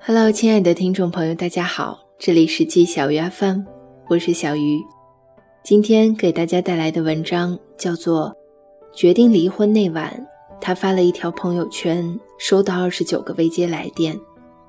Hello， 亲爱的听众朋友，大家好，这里是季小鱼 FM， 我是小鱼。今天给大家带来的文章叫做决定离婚那晚，他发了一条朋友圈，收到29个未接来电。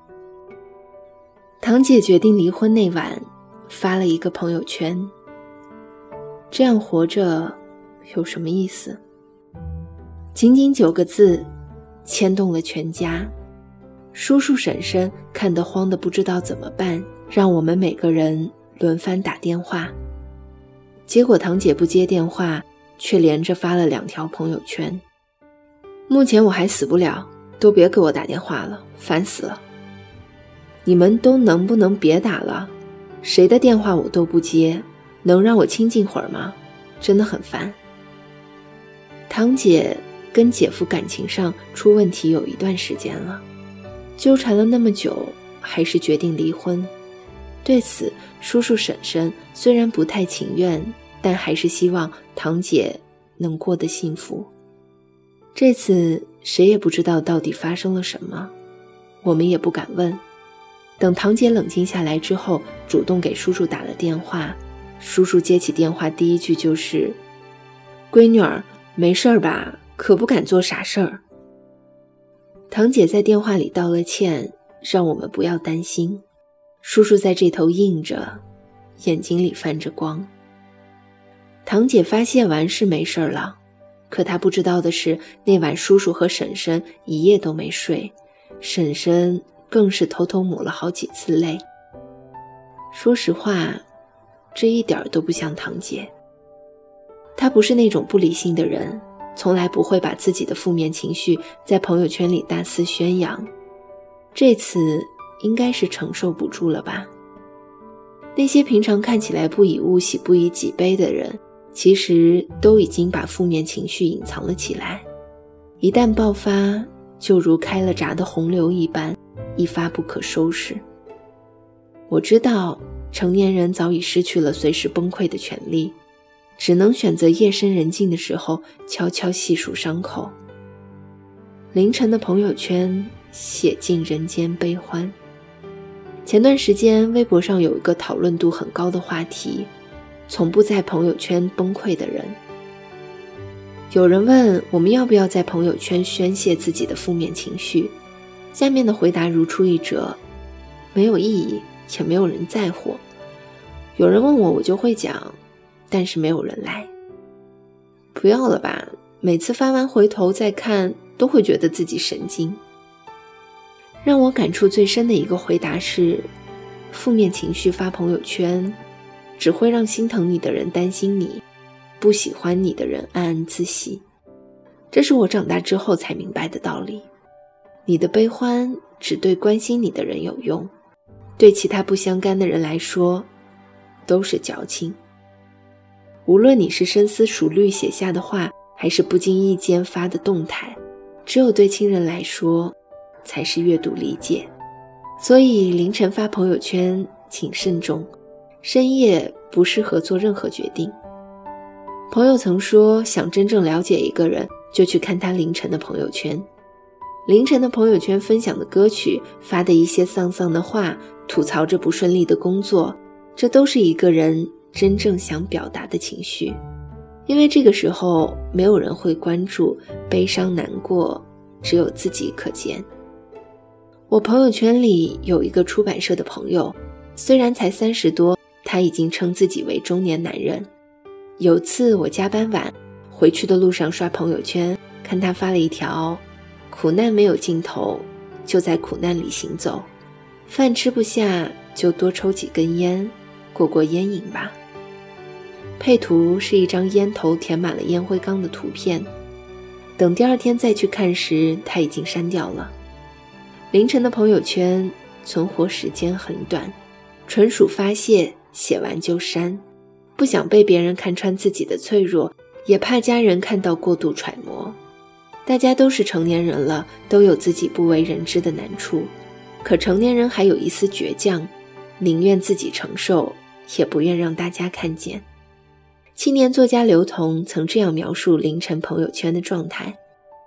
堂姐决定离婚那晚，发了一个朋友圈，这样活着有什么意思？仅仅9个字，牵动了全家。叔叔婶婶看得慌得不知道怎么办，让我们每个人轮番打电话。结果堂姐不接电话，却连着发了2条朋友圈。目前我还死不了，都别给我打电话了，烦死了。你们都能不能别打了？谁的电话我都不接，能让我清静会儿吗？真的很烦。堂姐跟姐夫感情上出问题有一段时间了，纠缠了那么久，还是决定离婚。对此，叔叔婶婶虽然不太情愿，但还是希望堂姐能过得幸福。这次谁也不知道到底发生了什么，我们也不敢问。等堂姐冷静下来之后，主动给叔叔打了电话。叔叔接起电话，第一句就是：“闺女儿，没事儿吧？可不敢做傻事儿。”堂姐在电话里道了歉，让我们不要担心。叔叔在这头应着，眼睛里泛着光。堂姐发泄完是没事了，可她不知道的是，那晚叔叔和婶婶一夜都没睡，婶婶更是偷偷抹了好几次泪。说实话，这一点都不像堂姐。她不是那种不理性的人，从来不会把自己的负面情绪在朋友圈里大肆宣扬。这次应该是承受不住了吧。那些平常看起来不以物喜不以己悲的人，其实都已经把负面情绪隐藏了起来，一旦爆发，就如开了闸的洪流一般，一发不可收拾。我知道成年人早已失去了随时崩溃的权利，只能选择夜深人静的时候悄悄细数伤口。凌晨的朋友圈写尽人间悲欢。前段时间微博上有一个讨论度很高的话题，从不在朋友圈崩溃的人。有人问我们要不要在朋友圈宣泄自己的负面情绪，下面的回答如出一辙：没有意义，且没有人在乎。有人问我，我就会讲，但是没有人来。不要了吧，每次发完回头再看，都会觉得自己神经。让我感触最深的一个回答是，负面情绪发朋友圈，只会让心疼你的人担心你，不喜欢你的人暗暗自喜。这是我长大之后才明白的道理。你的悲欢只对关心你的人有用，对其他不相干的人来说，都是矫情。无论你是深思熟虑写下的话，还是不经意间发的动态，只有对亲人来说才是阅读理解。所以凌晨发朋友圈请慎重，深夜不适合做任何决定。朋友曾说，想真正了解一个人，就去看他凌晨的朋友圈。凌晨的朋友圈分享的歌曲，发的一些丧丧的话，吐槽着不顺利的工作，这都是一个人真正想表达的情绪。因为这个时候没有人会关注，悲伤难过只有自己可见。我朋友圈里有一个出版社的朋友，虽然才30多，他已经称自己为中年男人。有次我加班晚，回去的路上刷朋友圈，看他发了一条：苦难没有尽头，就在苦难里行走，饭吃不下就多抽几根烟，过过烟瘾吧。配图是一张烟头填满了烟灰缸的图片，等第二天再去看时，他已经删掉了。凌晨的朋友圈存活时间很短，纯属发泄，写完就删，不想被别人看穿自己的脆弱，也怕家人看到过度揣摩。大家都是成年人了，都有自己不为人知的难处，可成年人还有一丝倔强，宁愿自己承受，也不愿让大家看见。青年作家刘同曾这样描述凌晨朋友圈的状态：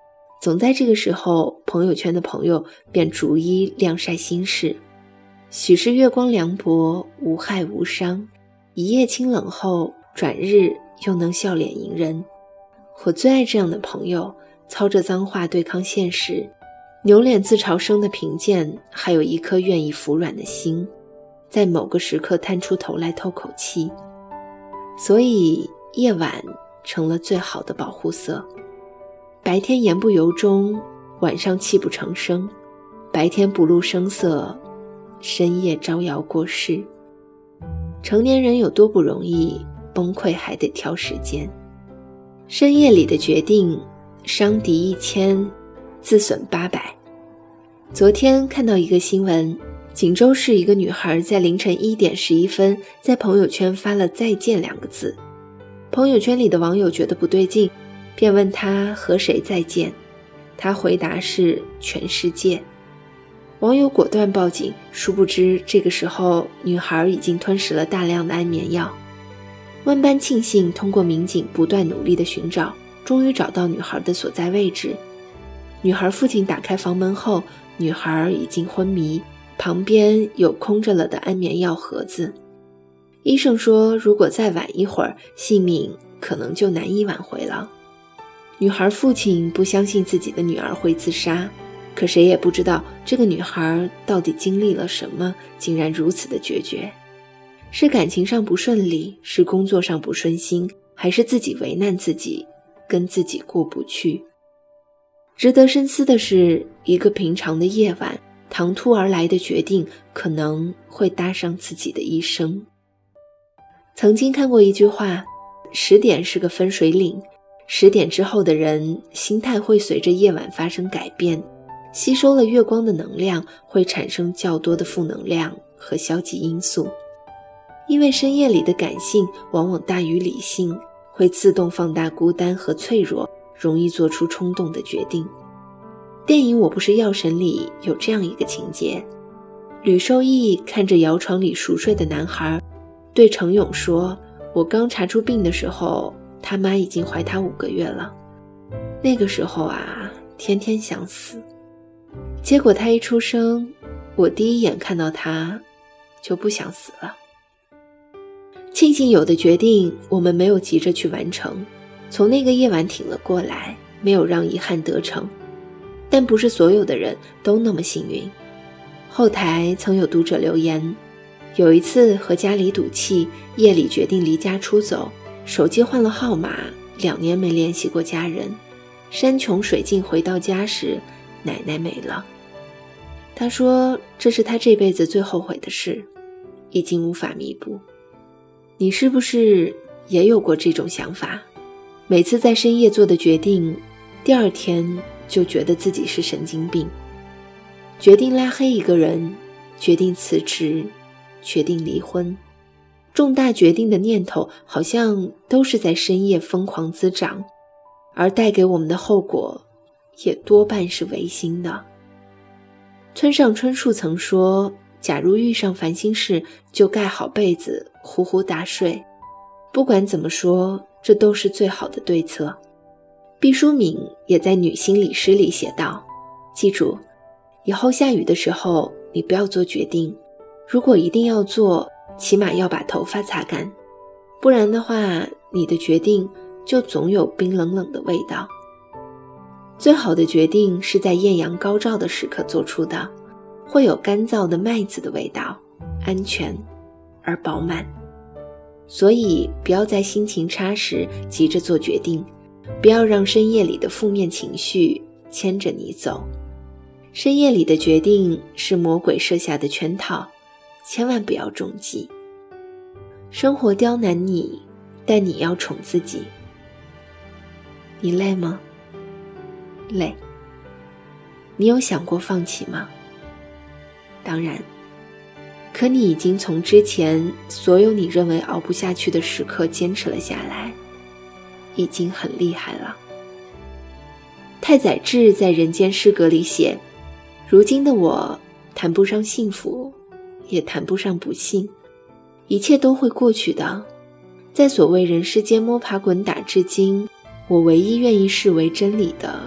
总在这个时候，朋友圈的朋友便逐一晾晒心事，许是月光凉薄，无害无伤，一夜清冷后，转日又能笑脸迎人。我最爱这样的朋友，操着脏话对抗现实，扭脸自嘲生的贫贱，还有一颗愿意服软的心，在某个时刻探出头来透口气。所以夜晚成了最好的保护色。白天言不由衷，晚上泣不成声，白天不露声色，深夜招摇过市。成年人有多不容易，崩溃还得挑时间。深夜里的决定，伤敌1000，自损800。昨天看到一个新闻，锦州市一个女孩在凌晨1点11分在朋友圈发了再见2个字，朋友圈里的网友觉得不对劲，便问她和谁再见，她回答是全世界。网友果断报警，殊不知这个时候女孩已经吞食了大量的安眠药。万般庆幸，通过民警不断努力的寻找，终于找到女孩的所在位置。女孩父亲打开房门后，女孩已经昏迷，旁边有空着了的安眠药盒子。医生说，如果再晚一会儿，性命可能就难以挽回了。女孩父亲不相信自己的女儿会自杀，可谁也不知道这个女孩到底经历了什么，竟然如此的决绝。是感情上不顺利，是工作上不顺心，还是自己为难自己，跟自己过不去？值得深思的是，一个平常的夜晚，唐突而来的决定可能会搭上自己的一生。曾经看过一句话，10点是个分水岭，10点之后的人心态会随着夜晚发生改变，吸收了月光的能量，会产生较多的负能量和消极因素。因为深夜里的感性往往大于理性，会自动放大孤单和脆弱，容易做出冲动的决定。电影《我不是药神》里有这样一个情节，吕受益看着摇床里熟睡的男孩，对程勇说，我刚查出病的时候，他妈已经怀他5个月了。那个时候啊，天天想死。结果他一出生，我第一眼看到他就不想死了。庆幸有的决定我们没有急着去完成，从那个夜晚挺了过来，没有让遗憾得逞。但不是所有的人都那么幸运。后台曾有读者留言，有一次和家里赌气，夜里决定离家出走，手机换了号码，2年没联系过家人，山穷水尽回到家时，奶奶没了。他说这是他这辈子最后悔的事，已经无法弥补。你是不是也有过这种想法？每次在深夜做的决定，第二天就觉得自己是神经病。决定拉黑一个人，决定辞职，决定离婚，重大决定的念头好像都是在深夜疯狂滋长，而带给我们的后果也多半是违心的。村上春树曾说，假如遇上烦心事，就盖好被子呼呼大睡。不管怎么说，这都是最好的对策。毕淑敏也在女心理师里写道，记住，以后下雨的时候你不要做决定，如果一定要做，起码要把头发擦干，不然的话，你的决定就总有冰冷冷的味道。最好的决定是在艳阳高照的时刻做出的，会有干燥的麦子的味道，安全而饱满。所以不要在心情差时急着做决定，不要让深夜里的负面情绪牵着你走。深夜里的决定是魔鬼设下的圈套，千万不要中计。生活刁难你，但你要宠自己。你累吗？累。你有想过放弃吗？当然，可你已经从之前所有你认为熬不下去的时刻坚持了下来，已经很厉害了。太宰治在《人间失格》里写，如今的我谈不上幸福，也谈不上不幸，一切都会过去的。在所谓人世间摸爬滚打至今，我唯一愿意视为真理的，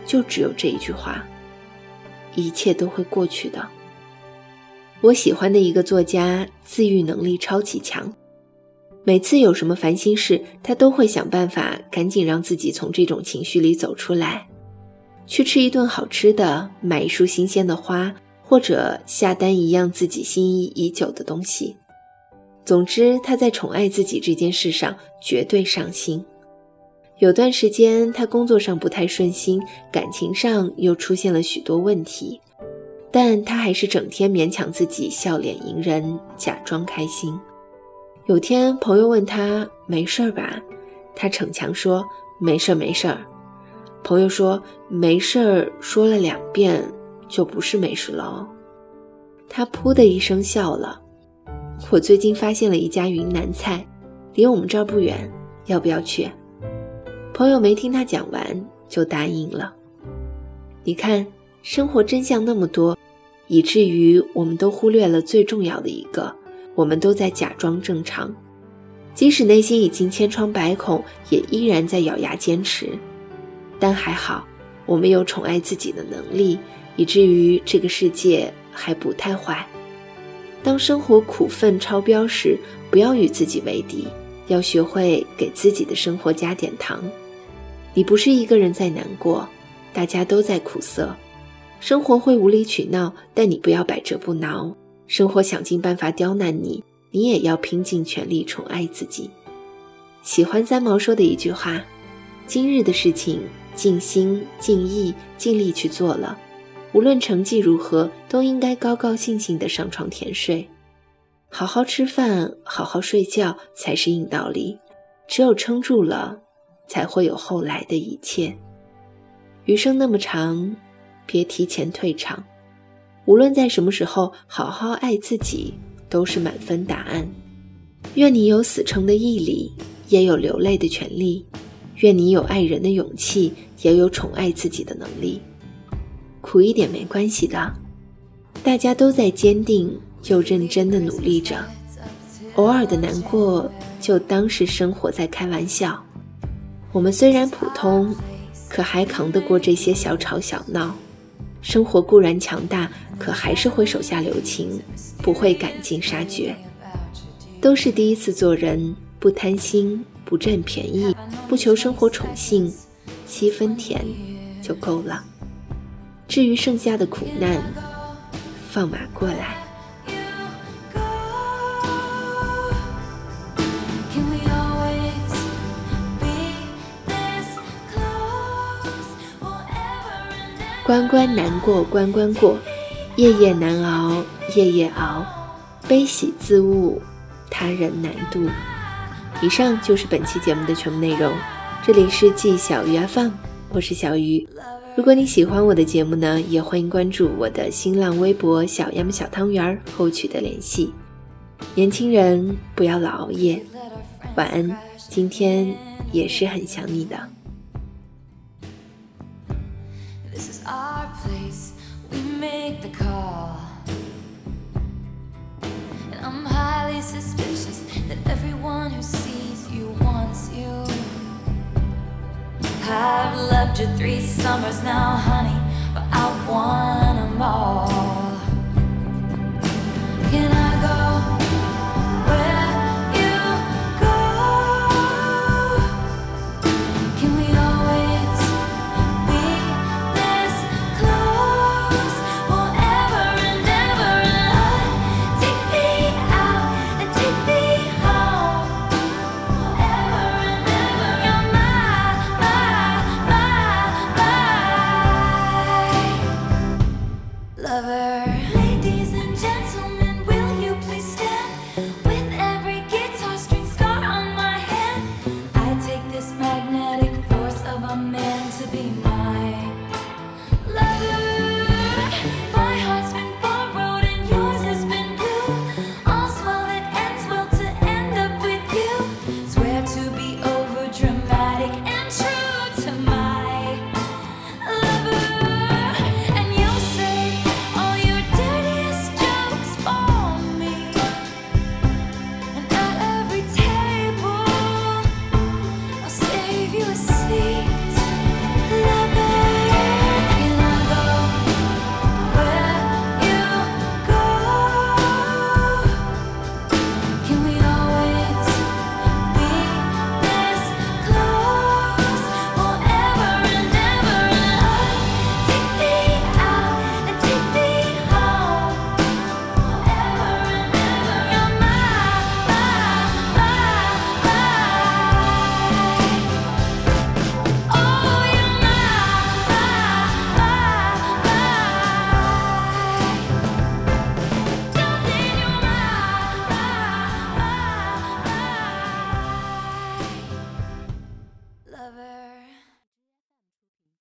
就只有这一句话，一切都会过去的。我喜欢的一个作家自愈能力超级强，每次有什么烦心事，他都会想办法赶紧让自己从这种情绪里走出来，去吃一顿好吃的，买一束新鲜的花，或者下单一样自己心仪已久的东西。总之，他在宠爱自己这件事上绝对上心。有段时间他工作上不太顺心，感情上又出现了许多问题，但他还是整天勉强自己笑脸迎人，假装开心。有天朋友问他没事吧，他逞强说没事没事。朋友说没事说了2遍就不是没事了哦。他噗的一声笑了。我最近发现了一家云南菜，离我们这儿不远，要不要去？朋友没听他讲完就答应了。你看，生活真相那么多，以至于我们都忽略了最重要的一个，我们都在假装正常，即使内心已经千疮百孔，也依然在咬牙坚持。但还好，我们有宠爱自己的能力，以至于这个世界还不太坏。当生活苦愤超标时，不要与自己为敌，要学会给自己的生活加点糖。你不是一个人在难过，大家都在苦涩。生活会无理取闹，但你不要百折不挠。生活想尽办法刁难你，你也要拼尽全力宠爱自己。喜欢三毛说的一句话，今日的事情尽心尽意尽力去做了，无论成绩如何，都应该高高兴兴地上床甜睡。好好吃饭，好好睡觉才是硬道理，只有撑住了，才会有后来的一切。余生那么长，别提前退场。无论在什么时候，好好爱自己都是满分答案。愿你有死撑的毅力，也有流泪的权利。愿你有爱人的勇气，也有宠爱自己的能力。苦一点没关系的，大家都在坚定又认真地努力着。偶尔的难过，就当是生活在开玩笑。我们虽然普通，可还扛得过这些小吵小闹。生活固然强大，可还是会手下留情，不会赶尽杀绝。都是第一次做人，不贪心，不占便宜，不求生活宠幸，7分甜就够了。至于剩下的苦难，放马过来。关关难过关关过，夜夜难熬夜夜熬，悲喜自悟，他人难渡。以上就是本期节目的全部内容，这里是季小鱼 FM， 我是小鱼。如果你喜欢我的节目呢，也欢迎关注我的新浪微博小M小汤圆后取得联系。年轻人不要老熬夜，晚安，今天也是很想你的。 This is our place, we make the call. And I'm highly suspicious that everyone who sees you wants you. I've loved you 3 summers now, honey, but I want